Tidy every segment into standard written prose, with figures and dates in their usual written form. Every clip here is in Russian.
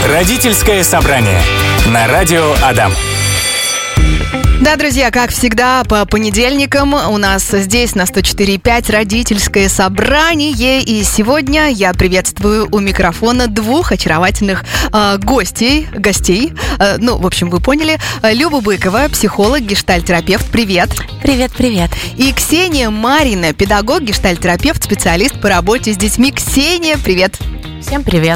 Родительское собрание на радио Адам. Да, друзья, как всегда, по понедельникам у нас здесь на 104.5 родительское собрание. И сегодня я приветствую у микрофона двух очаровательных гостей. В общем, вы поняли. Люба Быкова, психолог, гештальт-терапевт. Привет. Привет. И Ксения Марина, педагог, гештальт-терапевт, специалист по работе с детьми. Ксения, привет. Всем привет.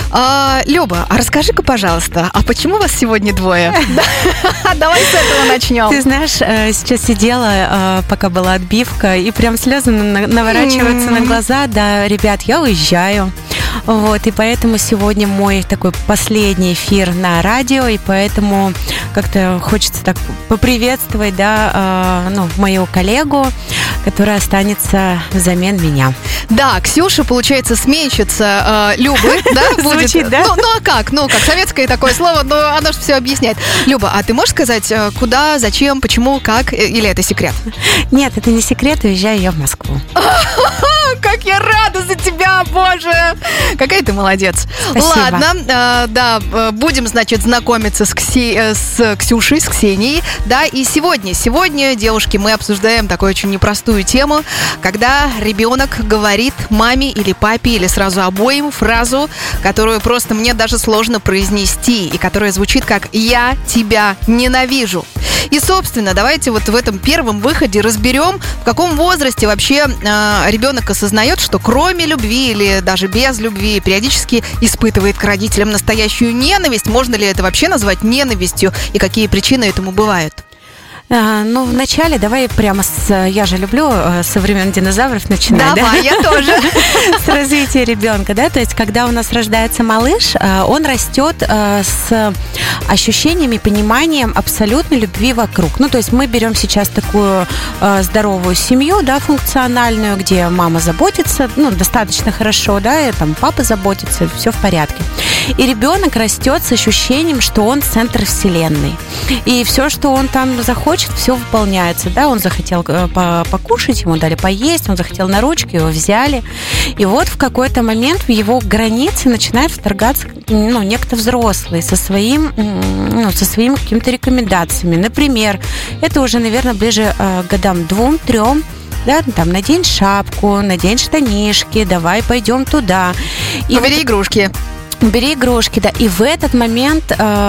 Люба, а расскажи-ка, пожалуйста, а почему вас сегодня двое? Давай с этого начнем. Ты знаешь, сейчас сидела, пока была отбивка, и прям слезы наворачиваются на глаза. Да, ребят, я уезжаю. Вот, и поэтому сегодня мой такой последний эфир на радио, и поэтому как-то хочется так поприветствовать, мою коллегу, которая останется взамен меня. Да, Ксюша, получается, сменщица Любы, да, будет? Звучит, да? А как? Советское такое слово, но оно же все объясняет. Люба, а ты можешь сказать, куда, зачем, почему, как, или это секрет? Нет, это не секрет, уезжаю я в Москву. Как я рада за тебя, боже! Какая ты молодец. Спасибо. Ладно, будем, значит, знакомиться с Ксюшей, с Ксенией. Да, и сегодня, девушки, мы обсуждаем такую очень непростую тему, когда ребенок говорит маме или папе, или сразу обоим фразу, которую просто мне даже сложно произнести, и которая звучит как «я тебя ненавижу». И, собственно, давайте вот в этом первом выходе разберем, в каком возрасте вообще ребенок осознает, что кроме любви или даже без любви периодически испытывает к родителям настоящую ненависть. Можно ли это вообще назвать ненавистью и какие причины этому бывают? Вначале давай прямо я же люблю со времен динозавров начинать. Давай, да? Я тоже. С развития ребенка, да, то есть когда у нас рождается малыш, он растет с ощущением и пониманием абсолютной любви вокруг. То есть мы берем сейчас такую здоровую семью, да, функциональную, где мама заботится, достаточно хорошо, да, и там папа заботится, все в порядке. И ребенок растет с ощущением, что он центр вселенной. И все, что он там захочет, все выполняется, да, он захотел покушать, ему дали поесть, он захотел на ручки, его взяли, и вот в какой-то момент в его границы начинает вторгаться, некто взрослый со своими какими-то рекомендациями, например, это уже, наверное, ближе к годам 2-3, да, там, надень шапку, надень штанишки, давай пойдем туда. Бери игрушки. Бери игрушки, да. И в этот момент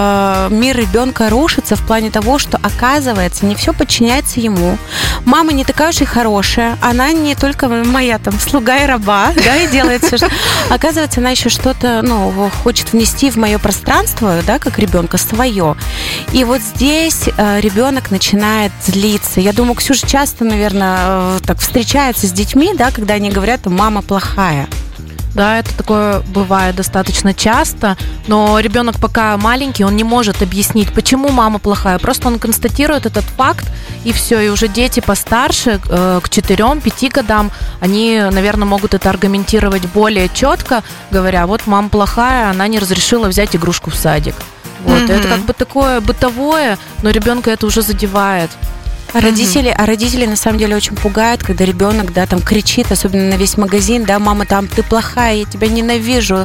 мир ребенка рушится в плане того, что, оказывается, не все подчиняется ему. Мама не такая уж и хорошая. Она не только моя там слуга и раба, да, и делает все, что... Оказывается, она еще что-то, хочет внести в мое пространство, да, как ребенка, свое. И вот здесь ребенок начинает злиться. Я думаю, Ксюша часто, наверное, так встречается с детьми, да, когда они говорят, мама плохая. Да, это такое бывает достаточно часто, но ребенок пока маленький, он не может объяснить, почему мама плохая. Просто он констатирует этот факт, и все. И уже дети постарше, к 4-5 годам, они, наверное, могут это аргументировать более четко, говоря, вот мама плохая, она не разрешила взять игрушку в садик. Вот. Это как бы такое бытовое, но ребенка это уже задевает. А родители на самом деле очень пугают, когда ребенок, да, там кричит, особенно на весь магазин, да, мама, там ты плохая, я тебя ненавижу,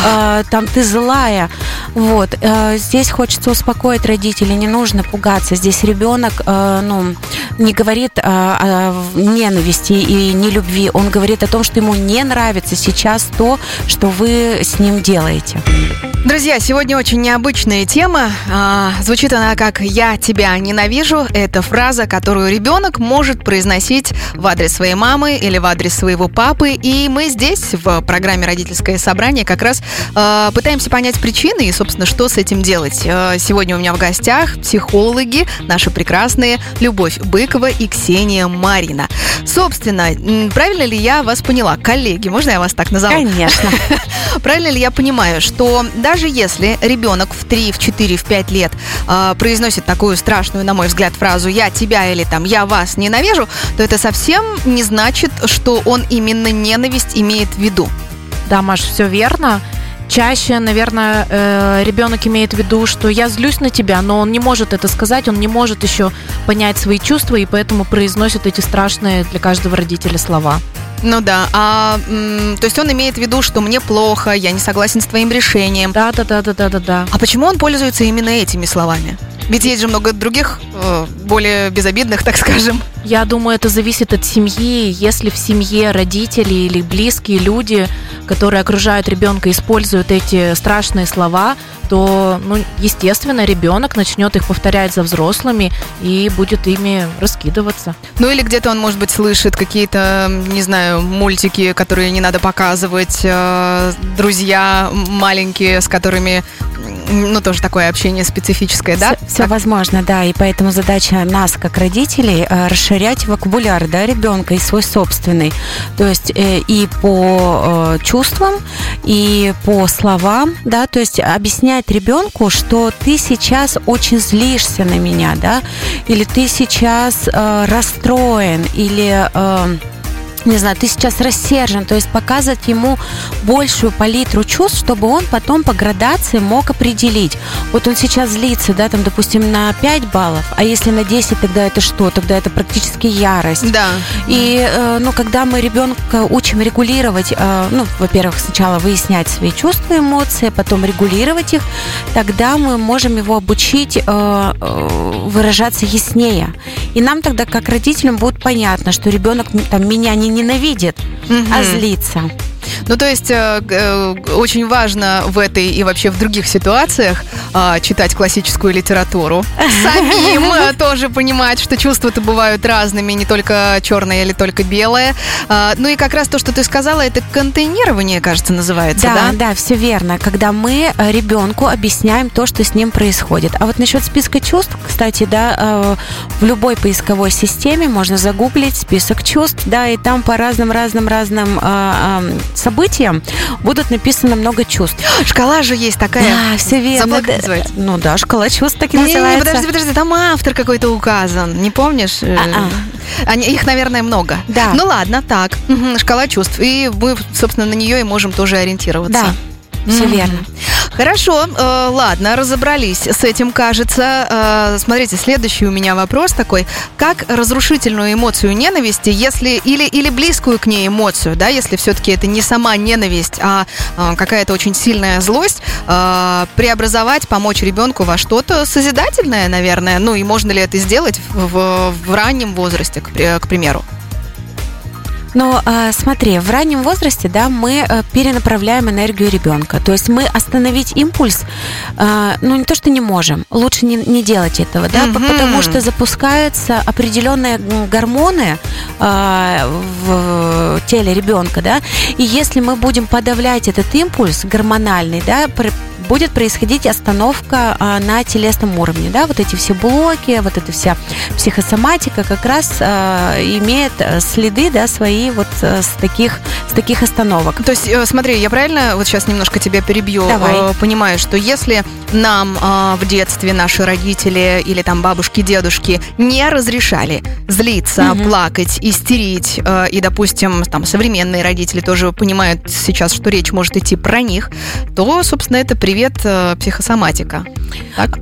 там ты злая. Вот. Здесь хочется успокоить родителей, не нужно пугаться. Здесь ребенок, не говорит о ненависти и нелюбви, он говорит о том, что ему не нравится сейчас то, что вы с ним делаете. Друзья, сегодня очень необычная тема. Звучит она как «я тебя ненавижу». Это фраза, которую ребенок может произносить в адрес своей мамы или в адрес своего папы. И мы здесь, в программе «Родительское собрание», как раз пытаемся понять причины и, собственно, что с этим делать. Сегодня у меня в гостях психологи, наши прекрасные Любовь Быкова и Ксения Марина. Собственно, правильно ли я вас поняла? Коллеги, можно я вас так назову? Конечно. Правильно ли я понимаю, что даже если ребенок в 3, в 4, в 5 лет произносит такую страшную, на мой взгляд, фразу «я тебя» или там «я вас ненавижу», то это совсем не значит, что он именно ненависть имеет в виду? Да, Маш, все верно. Чаще, наверное, ребенок имеет в виду, что я злюсь на тебя, но он не может это сказать, он не может еще понять свои чувства, и поэтому произносит эти страшные для каждого родителя слова. Ну да, то есть он имеет в виду, что мне плохо, я не согласен с твоим решением. Да. А почему он пользуется именно этими словами? Ведь есть же много других, более безобидных, так скажем. Я думаю, это зависит от семьи. Если в семье родители или близкие люди, которые окружают ребенка, используют эти страшные слова, то, естественно, ребенок начнет их повторять за взрослыми и будет ими раскидываться. Ну или где-то он, может быть, слышит какие-то, не знаю, мультики, которые не надо показывать, друзья маленькие, с которыми, тоже такое общение специфическое, да? Все возможно, да, и поэтому задача нас, как родителей, расширять вокабуляр, да, ребенка и свой собственный. То есть и по чувствам, и по словам, да, то есть объяснять ребенку, что ты сейчас очень злишься на меня, да, или ты сейчас расстроен, или не знаю, ты сейчас рассержен, то есть показывать ему большую палитру чувств, чтобы он потом по градации мог определить. Вот он сейчас злится, да, там, допустим, на 5 баллов, а если на 10, тогда это что? Тогда это практически ярость. Да. И, когда мы ребенка учим регулировать, во-первых, сначала выяснять свои чувства, эмоции, потом регулировать их, тогда мы можем его обучить выражаться яснее. И нам тогда, как родителям, будет понятно, что ребенок там меня не ненавидит, а злится. Ну, то есть очень важно в этой и вообще в других ситуациях читать классическую литературу. Самим тоже понимать, что чувства-то бывают разными, не только черное или только белое. Ну и как раз то, что ты сказала, это контейнирование, кажется, называется, да? Да, все верно. Когда мы ребенку объясняем то, что с ним происходит. А вот насчет списка чувств, кстати, да, в любой поисковой системе можно загуглить список чувств, да, и там по разным событиям будут написано много чувств. Шкала же есть такая. Да, все верно. Называется? Ну да, шкала чувств так и называется. Подожди, там автор какой-то указан, не помнишь? Их, наверное, много. Да. Ну ладно, так. Шкала чувств. И мы, собственно, на нее и можем тоже ориентироваться. Да. Все верно. Хорошо, ладно, разобрались с этим, кажется. Смотрите, следующий у меня вопрос такой. Как разрушительную эмоцию ненависти, если или близкую к ней эмоцию, да, если все-таки это не сама ненависть, а какая-то очень сильная злость, преобразовать, помочь ребенку во что-то созидательное, наверное? Ну и можно ли это сделать в раннем возрасте, к примеру? Но смотри, в раннем возрасте, да, мы перенаправляем энергию ребенка. То есть мы остановить импульс, не то что не можем, лучше не делать этого, да, потому что запускаются определенные гормоны в теле ребенка, да, и если мы будем подавлять этот импульс гормональный, да, будет происходить остановка на телесном уровне, да, вот эти все блоки, вот эта вся психосоматика как раз имеет следы, да, свои вот с таких остановок. То есть, смотри, я правильно вот сейчас немножко тебя перебью, понимаю, что если нам в детстве наши родители или там бабушки, дедушки не разрешали злиться, плакать, истерить, и, допустим, там современные родители тоже понимают сейчас, что речь может идти про них, то, собственно, это привет психосоматика. Так?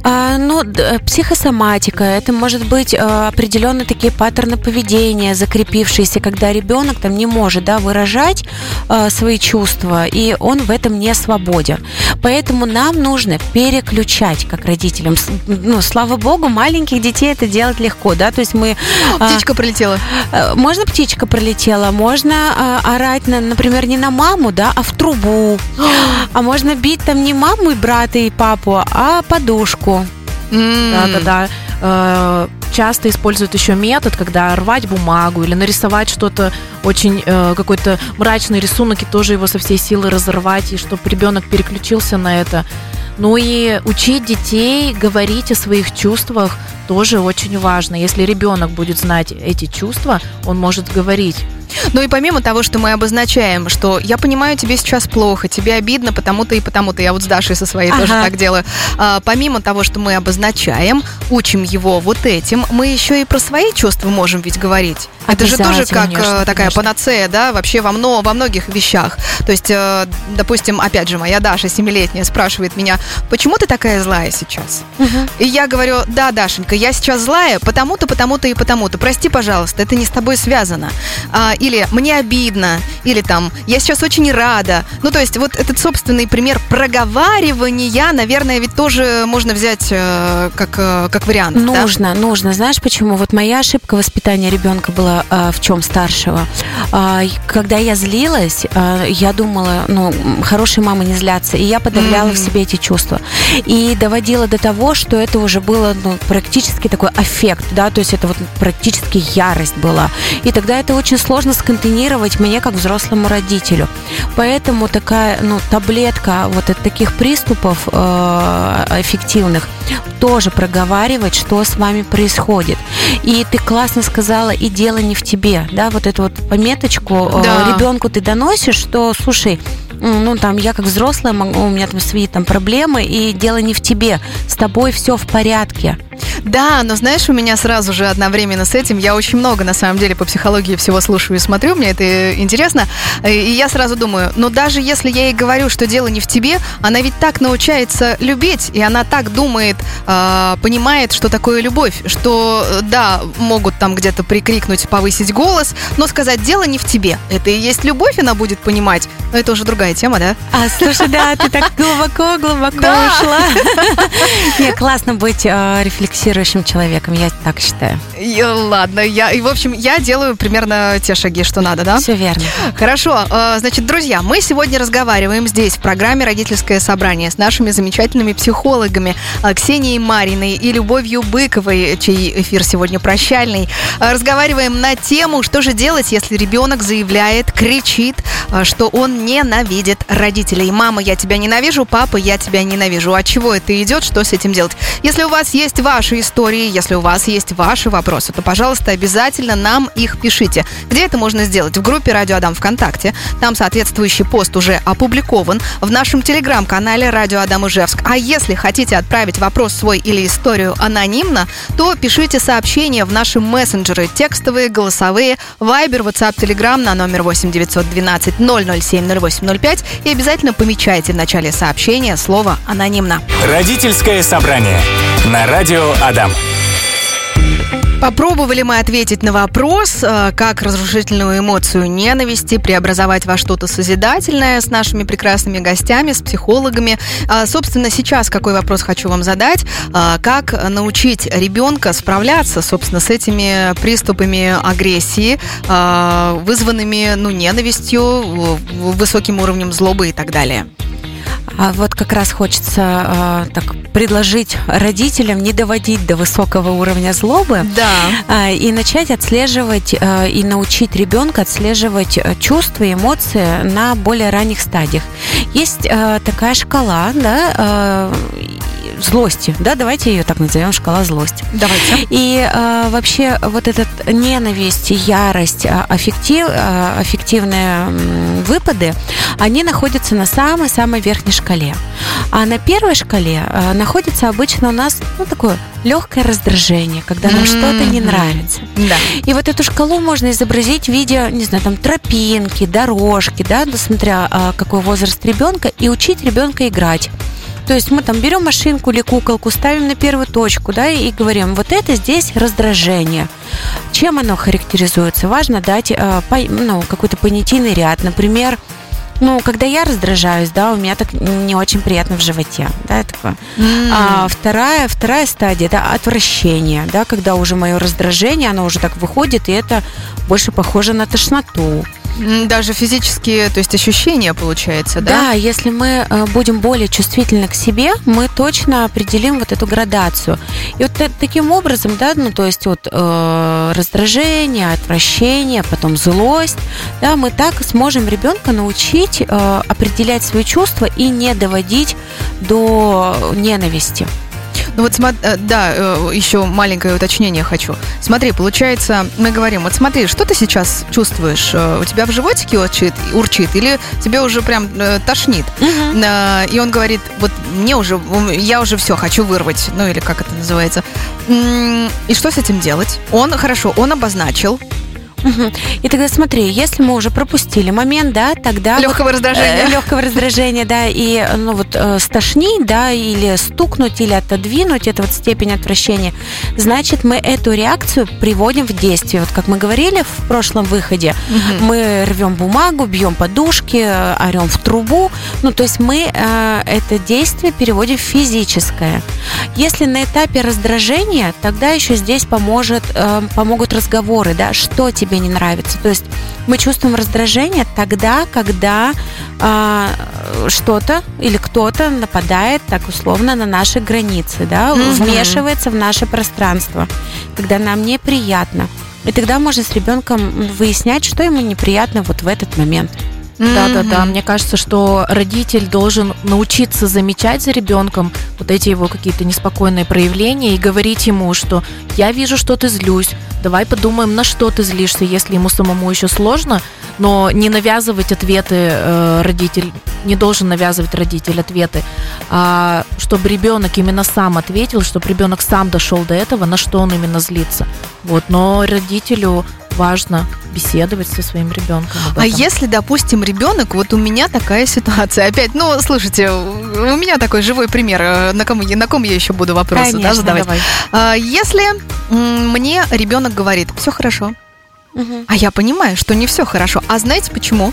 Психосоматика, это может быть определенные такие паттерны поведения, закрепившиеся, когда ребенок там не может, да, выражать свои чувства, и он в этом не свободен. Поэтому нам нужно переключать, как родителям. Ну, слава богу, маленьких детей это делать легко, да, то есть мы... Птичка пролетела. Можно птичка пролетела, можно орать, например, не на маму, да, а в трубу. А можно бить там не маму и брата и папу, а подушку. Да. Часто используют еще метод, когда рвать бумагу или нарисовать что-то очень, какой-то мрачный рисунок и тоже его со всей силы разорвать, и чтобы ребенок переключился на это. Ну и учить детей говорить о своих чувствах тоже очень важно. Если ребенок будет знать эти чувства, он может говорить. Ну и помимо того, что мы обозначаем, что я понимаю, тебе сейчас плохо, тебе обидно потому-то и потому-то, я вот с Дашей со своей тоже так делаю. Помимо того, что мы обозначаем, учим его вот этим, мы еще и про свои чувства можем ведь говорить. Это же тоже как такая панацея, да, вообще во многих вещах. То есть, допустим, опять же, моя Даша, 7-летняя, спрашивает меня, почему ты такая злая сейчас? И я говорю, да, Дашенька, я сейчас злая потому-то, потому-то и потому-то. Прости, пожалуйста, это не с тобой связано. или «мне обидно», или там «я сейчас очень рада». Ну, то есть вот этот собственный пример проговаривания, наверное, ведь тоже можно взять как вариант. Нужно. Знаешь почему? Вот моя ошибка воспитания ребенка была в чем старшего. Когда я злилась, я думала, хорошие мамы не злятся, и я подавляла в себе эти чувства. И доводила до того, что это уже было практически такой аффект, да, то есть это вот практически ярость была. И тогда это очень сложно сконтейнировать мне как взрослому родителю. Поэтому такая, таблетка вот от таких приступов эффективных тоже проговаривать, что с вами происходит. И ты классно сказала, и дело не в тебе, да, вот эту вот пометочку ребенку ты доносишь, что, слушай, я как взрослая, у меня там свои проблемы, и дело не в тебе, с тобой все в порядке. Да, но знаешь, у меня сразу же одновременно с этим, я очень много, на самом деле, по психологии всего слушаю и смотрю, мне это интересно, и я сразу думаю, даже если я ей говорю, что дело не в тебе, она ведь так научается любить, и она так думает, понимает, что такое любовь, что, да, могут там где-то прикрикнуть, повысить голос, но сказать, дело не в тебе, это и есть любовь, она будет понимать, но это уже другая тема, да? Слушай, да, ты так глубоко ушла. Не, классно быть рефлексирующим человеком, я так считаю. Ладно, в общем, я делаю примерно те шаги, что надо, да? Все верно. Хорошо, значит, друзья, мы сегодня разговариваем здесь, в программе «Родительское собрание» с нашими замечательными психологами Ксенией Мариной и Любовью Быковой, чей эфир сегодня прощальный. Разговариваем на тему, что же делать, если ребенок заявляет, кричит, что он ненавидит родителей. Мама, я тебя ненавижу, папа, я тебя ненавижу. От чего это идет, что с этим делать? Если у вас есть ваши истории, если у вас есть ваши вопросы, то, пожалуйста, обязательно нам их пишите. Где это можно сделать? В группе «Радио Адам» ВКонтакте. Там соответствующий пост уже опубликован. В нашем телеграм-канале «Радио Адам Ижевск». А если хотите отправить вопрос свой или историю анонимно, то пишите сообщения в наши мессенджеры. Текстовые, голосовые, Viber, WhatsApp, Telegram на номер 8 912 007 0805 и обязательно помечайте в начале сообщения слово «анонимно». Родительское собрание на Радио Адам. Попробовали мы ответить на вопрос, как разрушительную эмоцию ненависти преобразовать во что-то созидательное с нашими прекрасными гостями, с психологами. Собственно, сейчас какой вопрос хочу вам задать? Как научить ребенка справляться, собственно, с этими приступами агрессии, вызванными, ненавистью, высоким уровнем злобы и так далее? Вот как раз хочется предложить родителям не доводить до высокого уровня злобы, да, и начать отслеживать и научить ребенка отслеживать чувства и эмоции на более ранних стадиях. Есть такая шкала, да, злости, да, давайте ее так назовем, шкала злости. Давайте. И вообще вот эта ненависть, ярость, аффективные выпады, они находятся на самой-самой верхней шкале. А на первой шкале находится обычно у нас такое легкое раздражение, когда нам что-то не нравится. Да. И вот эту шкалу можно изобразить в виде, не знаю, тропинки, дорожки, да, смотря какой возраст ребенка, и учить ребенка играть. То есть мы берем машинку или куколку, ставим на первую точку, да, и говорим, вот это здесь раздражение. Чем оно характеризуется? Важно дать какой-то понятийный ряд. Например, когда я раздражаюсь, да, у меня так не очень приятно в животе, да, такое. А вторая стадия, да, отвращение, да, когда уже мое раздражение, оно уже так выходит, и это больше похоже на тошноту. Даже физические, то есть ощущения, получается, да? Да, если мы будем более чувствительны к себе, мы точно определим вот эту градацию. И вот таким образом, да, то есть раздражение, отвращение, потом злость, да, мы так сможем ребенка научить определять свои чувства и не доводить до ненависти. Да, еще маленькое уточнение хочу. Смотри, получается, мы говорим, вот смотри, что ты сейчас чувствуешь? У тебя в животике урчит или тебе уже прям тошнит? И он говорит, вот я уже все хочу вырвать, или как это называется. И что с этим делать? Он обозначил. И тогда смотри, если мы уже пропустили момент, да, тогда... Легкого раздражения. Легкого раздражения, да, и стошнить, да, или стукнуть, или отодвинуть, это вот степень отвращения, значит, мы эту реакцию приводим в действие. Вот как мы говорили в прошлом выходе, мы рвем бумагу, бьем подушки, орем в трубу, то есть мы это действие переводим в физическое. Если на этапе раздражения, тогда еще здесь помогут разговоры, да, что тебе не нравится. То есть мы чувствуем раздражение тогда, когда что-то или кто-то нападает так условно на наши границы, да, вмешивается в наше пространство, когда нам неприятно. И тогда можно с ребенком выяснять, что ему неприятно вот в этот момент. Да. Мне кажется, что родитель должен научиться замечать за ребенком вот эти его какие-то неспокойные проявления и говорить ему, что я вижу, что ты злюсь, давай подумаем, на что ты злишься, если ему самому еще сложно, но не навязывать ответы родитель, не должен навязывать родитель ответы, а чтобы ребенок именно сам ответил, чтобы ребенок сам дошел до этого, на что он именно злится. Вот, но родителю важно беседовать со своим ребенком. А если, допустим, ребенок, вот у меня такая ситуация, опять, слушайте, у меня такой живой пример, на ком я еще буду вопросы, конечно, задавать. Давай. Если мне ребенок говорит, все хорошо, а я понимаю, что не все хорошо. А знаете почему?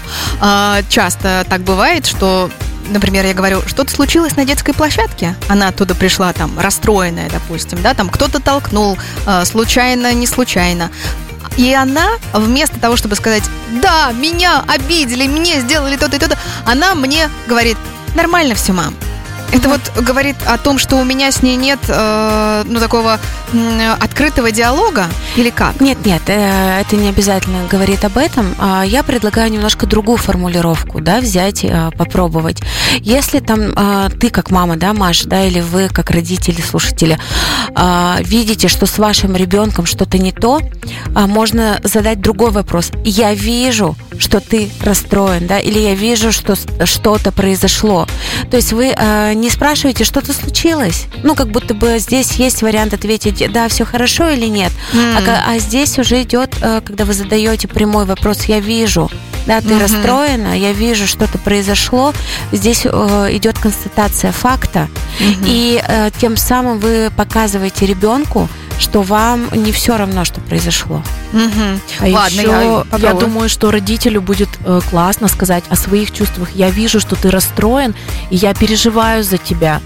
Часто так бывает, что, например, я говорю, что-то случилось на детской площадке, она оттуда пришла там расстроенная, допустим, да, там кто-то толкнул, случайно, не случайно. И она, вместо того, чтобы сказать, да, меня обидели, мне сделали то-то и то-то, она мне говорит, нормально все, мам. Это вот говорит о том, что у меня с ней нет такого открытого диалога или как? Нет, это не обязательно говорит об этом. Я предлагаю немножко другую формулировку, да, взять, попробовать. Если там ты как мама, да, Маш, да, или вы как родители, слушатели, видите, что с вашим ребенком что-то не то, можно задать другой вопрос. Я вижу, что ты расстроен, да, или я вижу, что что-то произошло. То есть вы не спрашиваете, что-то случилось. Как будто бы здесь есть вариант ответить, да, все хорошо или нет. А здесь уже идет, когда вы задаете прямой вопрос, я вижу, да, ты расстроена, я вижу, что-то произошло. Здесь идет констатация факта, и тем самым вы показываете ребенку, что вам не все равно, что произошло. Ладно, я думаю, что родителю будет классно сказать о своих чувствах. Я вижу, что ты расстроен, и я переживаю за тебя.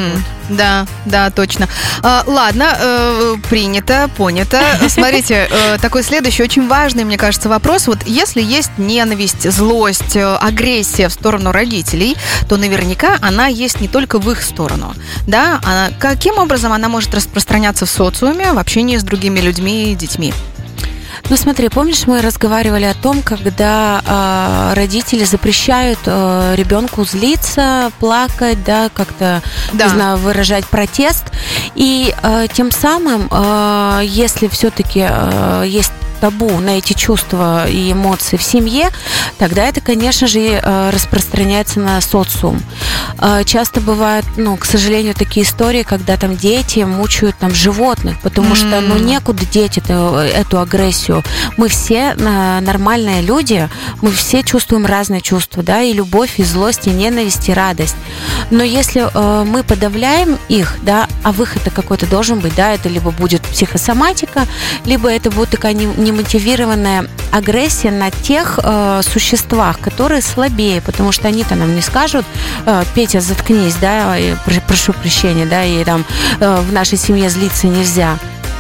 Да, точно. Ладно, принято, понято. Смотрите, такой следующий очень важный, мне кажется, вопрос. Вот если есть ненависть, злость, агрессия в сторону родителей, то наверняка она есть не только в их сторону. Да? Каким образом она может распространяться в социуме, в общении с другими людьми и детьми? Смотри, помнишь, мы разговаривали о том, когда родители запрещают ребенку злиться, плакать, да, как-то, не знаю, выражать протест. И тем самым, если все-таки есть табу на эти чувства и эмоции в семье, тогда это, конечно же, распространяется на социум. Часто бывают, к сожалению, такие истории, когда там дети мучают там животных, потому что, некуда деть эту агрессию. Мы все нормальные люди, мы все чувствуем разные чувства, да, и любовь, и злость, и ненависть, и радость. Но если мы подавляем их, да, а выход-то какой-то должен быть, да, это либо будет психосоматика, либо это будет такая немотивированная агрессия на тех существах, которые слабее, потому что они-то нам не скажут, Петя, заткнись, да, прошу прощения, да, и там в нашей семье злиться нельзя.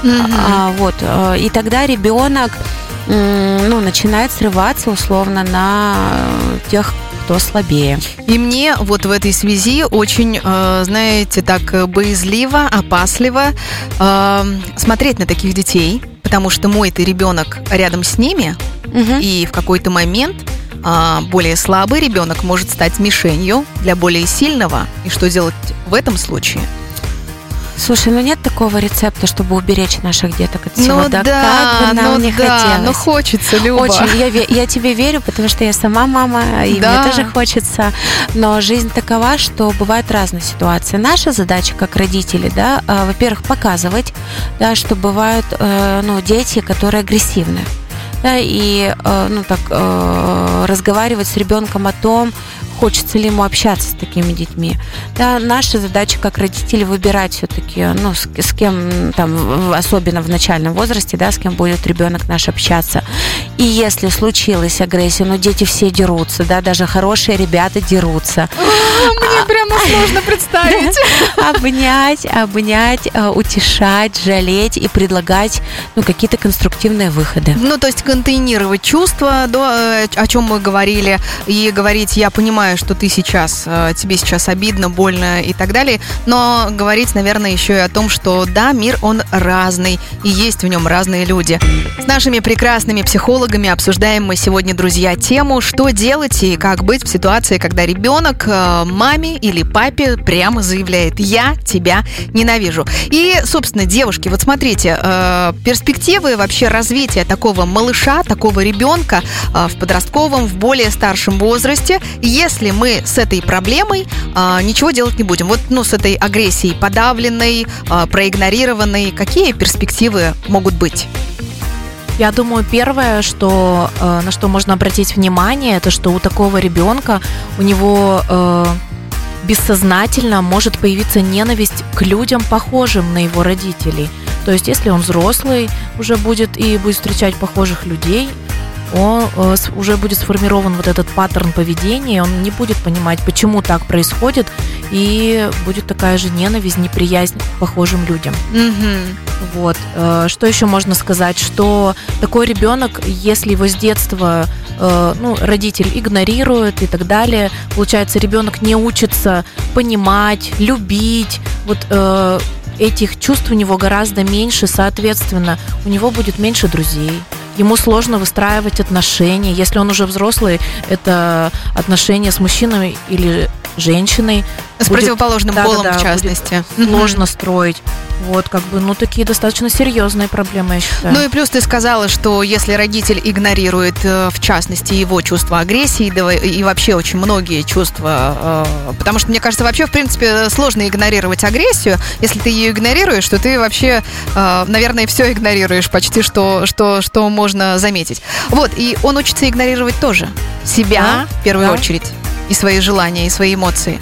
И тогда ребенок начинает срываться условно на тех, кто слабее. И мне вот в этой связи очень, знаете, так боязливо, опасливо смотреть на таких детей, потому что мой-то ребенок рядом с ними, и в какой-то момент более слабый ребенок может стать мишенью для более сильного. И что делать в этом случае? Слушай, нет такого рецепта, чтобы уберечь наших деток от всего. Как бы нам не хотелось. Хочется, Люба. Очень. Я тебе верю, потому что я сама мама, и мне тоже хочется. Но жизнь такова, что бывают разные ситуации. Наша задача, как родители, да, во-первых, показывать, да, что бывают дети, которые агрессивны. да, и разговаривать с ребенком о том, хочется ли ему общаться с такими детьми. Да, наша задача как родителей выбирать все-таки, с кем, там, особенно в начальном возрасте, да, с кем будет ребенок наш общаться. И если случилась агрессия, дети все дерутся, да, даже хорошие ребята дерутся. Мне прямо сложно представить. Обнять, утешать, жалеть и предлагать, какие-то конструктивные выходы. То есть контейнировать чувства, о чем мы говорили, и говорить: я понимаю, что ты сейчас, тебе сейчас обидно, больно и так далее, но говорить, наверное, еще и о том, что да, мир, он разный, и есть в нем разные люди. С нашими прекрасными психологами обсуждаем мы сегодня, друзья, тему, что делать и как быть в ситуации, когда ребенок маме или папе прямо заявляет: я тебя ненавижу. И, собственно, девушки, вот смотрите, перспективы вообще развития такого малыша, такого ребенка в подростковом, в более старшем возрасте, если мы с этой проблемой ничего делать не будем. С этой агрессией подавленной, проигнорированной, какие перспективы могут быть? Я думаю, первое, на что можно обратить внимание, это что у такого ребенка, у него бессознательно может появиться ненависть к людям, похожим на его родителей. То есть, если он взрослый уже будет встречать похожих людей, уже будет сформирован вот этот паттерн поведения, он не будет понимать, почему так происходит, и будет такая же ненависть, неприязнь к похожим людям. Вот. Что еще можно сказать? Что такой ребенок, если его с детства родитель игнорирует и так далее, получается, ребенок не учится понимать, любить, этих чувств у него гораздо меньше, соответственно, у него будет меньше друзей. Ему сложно выстраивать отношения. Если он уже взрослый, это отношения с мужчиной или женщиной. С противоположным полом, в частности. Сложно строить. Такие достаточно серьезные проблемы, я считаю. И плюс ты сказала, что если родитель игнорирует, в частности, его чувство агрессии, и вообще очень многие чувства, потому что, мне кажется, вообще, в принципе, сложно игнорировать агрессию. Если ты ее игнорируешь, то ты вообще, наверное, все игнорируешь почти, что можно заметить. И он учится игнорировать тоже себя, в первую очередь, и свои желания, и свои эмоции.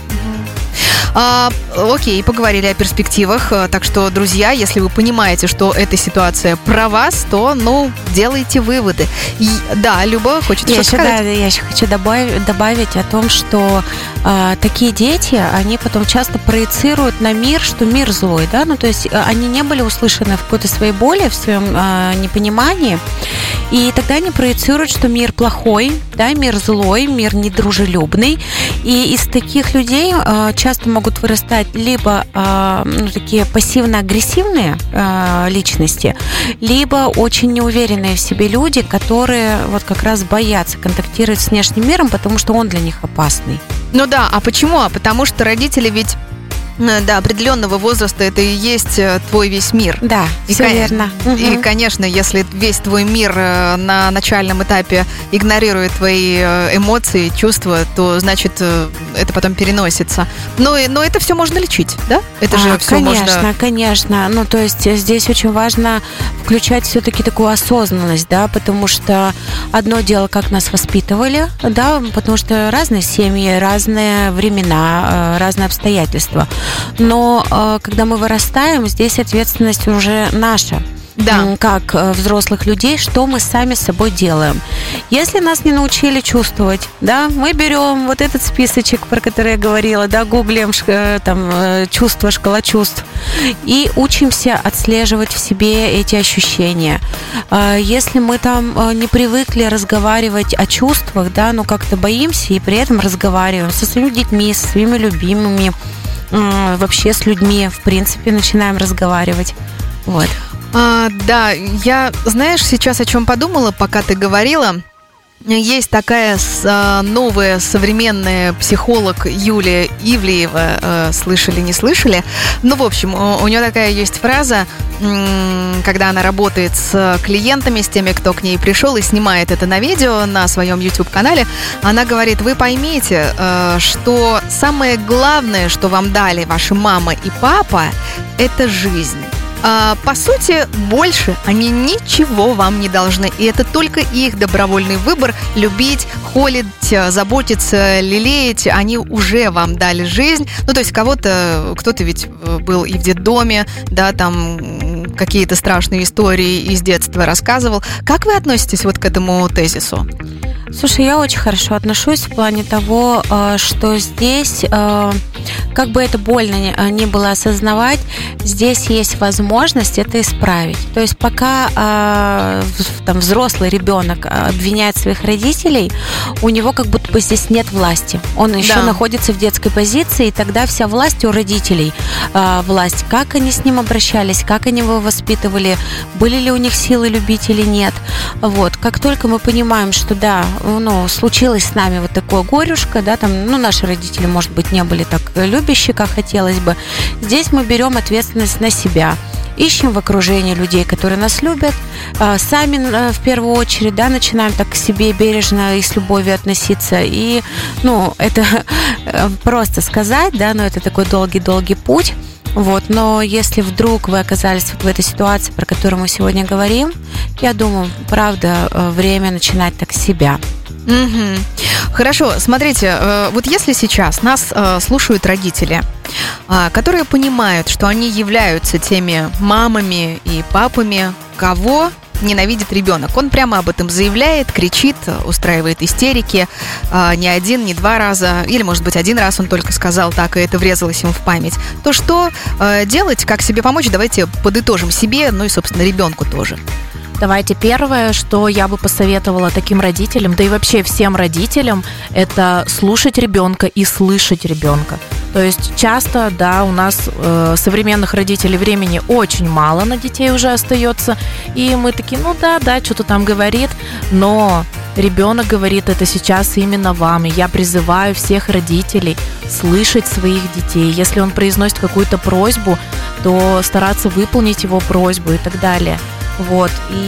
Окей, поговорили о перспективах. Так что, друзья, если вы понимаете, что эта ситуация про вас, то, делайте выводы. Да, Люба хочет что-то сказать. Да, я еще хочу добавить о том, что такие дети, они потом часто проецируют на мир, что мир злой, да, то есть они не были услышаны в какой-то своей боли, в своем непонимании, и тогда они проецируют, что мир плохой, да, мир злой, мир недружелюбный, и из таких людей часто могут вырастать либо такие пассивно-агрессивные личности, либо очень неуверенные в себе люди, которые как раз боятся контактировать с внешним миром, потому что он для них опасный. А почему? Потому что родители ведь до определенного возраста это и есть твой весь мир. Да, все верно. И, конечно, если весь твой мир на начальном этапе игнорирует твои эмоции, чувства, то, значит, это потом переносится. Но это все можно лечить, да? Это же все можно... Конечно. То есть здесь очень важно включать все-таки такую осознанность, да, потому что одно дело, как нас воспитывали, да, потому что разные семьи, разные времена, разные обстоятельства. Но когда мы вырастаем, здесь ответственность уже наша. Да. Как взрослых людей, что мы сами с собой делаем. Если нас не научили чувствовать, да, мы берем вот этот списочек, про который я говорила, да, гуглим чувства, шкала чувств, и учимся отслеживать в себе эти ощущения. Если мы не привыкли разговаривать о чувствах, да, как-то боимся и при этом разговариваем со своими детьми, со своими любимыми, вообще с людьми, в принципе, начинаем разговаривать. Да, я, знаешь, сейчас о чем подумала, пока ты говорила. Есть такая новая современная психолог Юлия Ивлеева, слышали, не слышали? В общем, у нее такая есть фраза, когда она работает с клиентами, с теми, кто к ней пришел и снимает это на видео на своем YouTube-канале. Она говорит: вы поймите, что самое главное, что вам дали ваши мама и папа, это жизнь. По сути, больше они ничего вам не должны. И это только их добровольный выбор любить, холить, заботиться, лелеять. Они уже вам дали жизнь. Ну, то есть кто-то ведь был и в детдоме, да, там какие-то страшные истории из детства рассказывал. Как вы относитесь вот к этому тезису? Слушай, я очень хорошо отношусь в плане того, что здесь, как бы это больно ни было осознавать, здесь есть возможность это исправить. То есть пока там взрослый ребенок обвиняет своих родителей, у него как будто бы здесь нет власти. Он еще находится в детской позиции, и тогда вся власть у родителей. Власть, как они с ним обращались, как они его воспитывали, были ли у них силы любить или нет. Вот. Как только мы понимаем, что да, случилось с нами вот такое горюшко, да, там, наши родители, может быть, не были так любящие, как хотелось бы. Здесь мы берем ответственность на себя. Ищем в окружении людей, которые нас любят, сами в первую очередь, да, начинаем так к себе бережно и с любовью относиться. И, это просто сказать, да, но это такой долгий-долгий путь. Вот, но если вдруг вы оказались вот в этой ситуации, про которую мы сегодня говорим, я думаю, правда, время начинать так с себя. Угу. Хорошо, смотрите, вот если сейчас нас слушают родители, которые понимают, что они являются теми мамами и папами, кого ненавидит ребенок. Он прямо об этом заявляет, кричит, устраивает истерики не один, не два раза, или, может быть, один раз он только сказал так, и это врезалось ему в память. То что делать, как себе помочь, давайте подытожим себе, и, собственно, ребенку тоже. Давайте первое, что я бы посоветовала таким родителям, да и вообще всем родителям, это слушать ребенка и слышать ребенка. То есть часто, да, у нас современных родителей времени очень мало на детей уже остается, и мы такие, что-то там говорит, но ребенок говорит это сейчас именно вам, и я призываю всех родителей слышать своих детей. Если он произносит какую-то просьбу, то стараться выполнить его просьбу и так далее. Вот,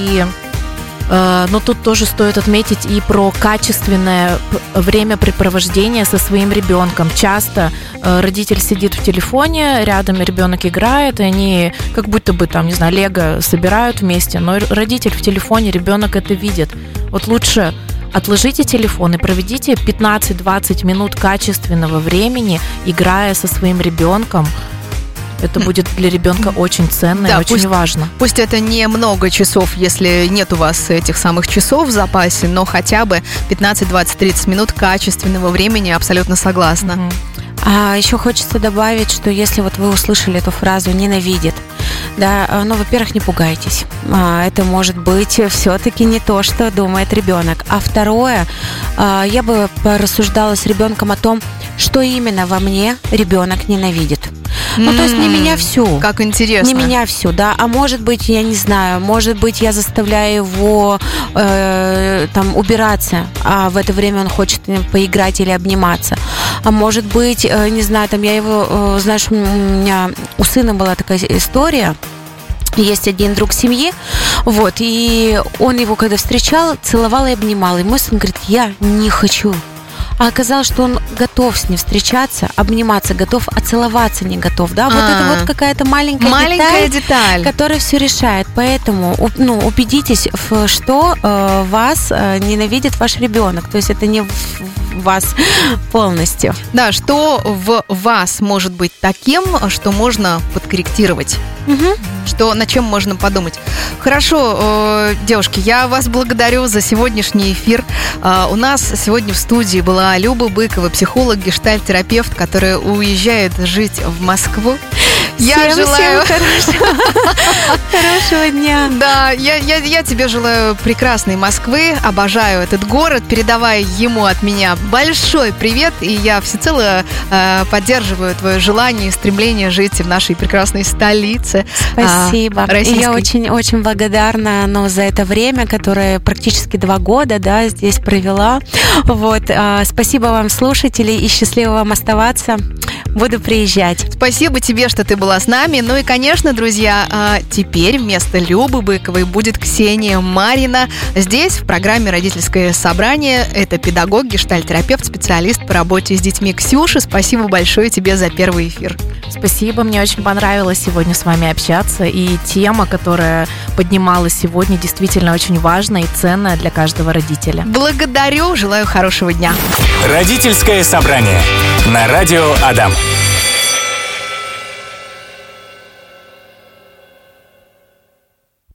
но тут тоже стоит отметить и про качественное времяпрепровождение со своим ребенком. Часто родитель сидит в телефоне, рядом ребенок играет, и они как будто бы там, не знаю, лего собирают вместе, но родитель в телефоне, ребенок это видит. Вот лучше отложите телефон и проведите 15-20 минут качественного времени, играя со своим ребенком. Это будет для ребенка очень ценно и очень важно. Пусть это не много часов, если нет у вас этих самых часов в запасе, но хотя бы 15, 20, 30 минут качественного времени, абсолютно согласна. А еще хочется добавить, что если вот вы услышали эту фразу «ненавидит», да, во-первых, не пугайтесь. Это может быть все-таки не то, что думает ребенок. А второе, я бы порассуждала с ребенком о том, что именно во мне ребенок ненавидит. То есть не меня всю. Как интересно. Не меня всю, да. А может быть, я не знаю, может быть, я заставляю его убираться, а в это время он хочет поиграть или обниматься. А может быть, не знаю, я его, знаешь, у меня у сына была такая история. Есть один друг семьи, вот, и он его, когда встречал, целовал и обнимал. И мой сын говорит, я не хочу. А оказалось, что он готов с ним встречаться, обниматься готов, а целоваться не готов, да? Вот это вот какая-то маленькая деталь, которая все решает. Поэтому, убедитесь, что вас ненавидит ваш ребенок. То есть это не вас полностью. Да, что в вас может быть таким, что можно подкорректировать. Над чем можно подумать. Хорошо, девушки, я вас благодарю за сегодняшний эфир. У нас сегодня в студии была Люба Быкова, психолог, гештальт-терапевт, которая уезжает жить в Москву. Я желаю хорошего дня. Да, я тебе желаю прекрасной Москвы, обожаю этот город, передавай ему от меня большой привет, и я всецело поддерживаю твое желание и стремление жить в нашей прекрасной столице. Спасибо. Я очень благодарна за это время, которое практически 2 года, да, здесь провела. Вот, спасибо вам, слушатели, и счастливо вам оставаться. Буду приезжать. Спасибо тебе, что ты была с нами. Ну и, конечно, друзья, теперь вместо Любы Быковой будет Ксения Марина. Здесь, в программе «Родительское собрание», это педагог, гештальт-терапевт, специалист по работе с детьми. Ксюша, спасибо большое тебе за первый эфир. Спасибо, мне очень понравилось сегодня с вами общаться. И тема, которая поднималась сегодня, действительно очень важная и ценная для каждого родителя. Благодарю, желаю хорошего дня. Родительское собрание на радио Адам.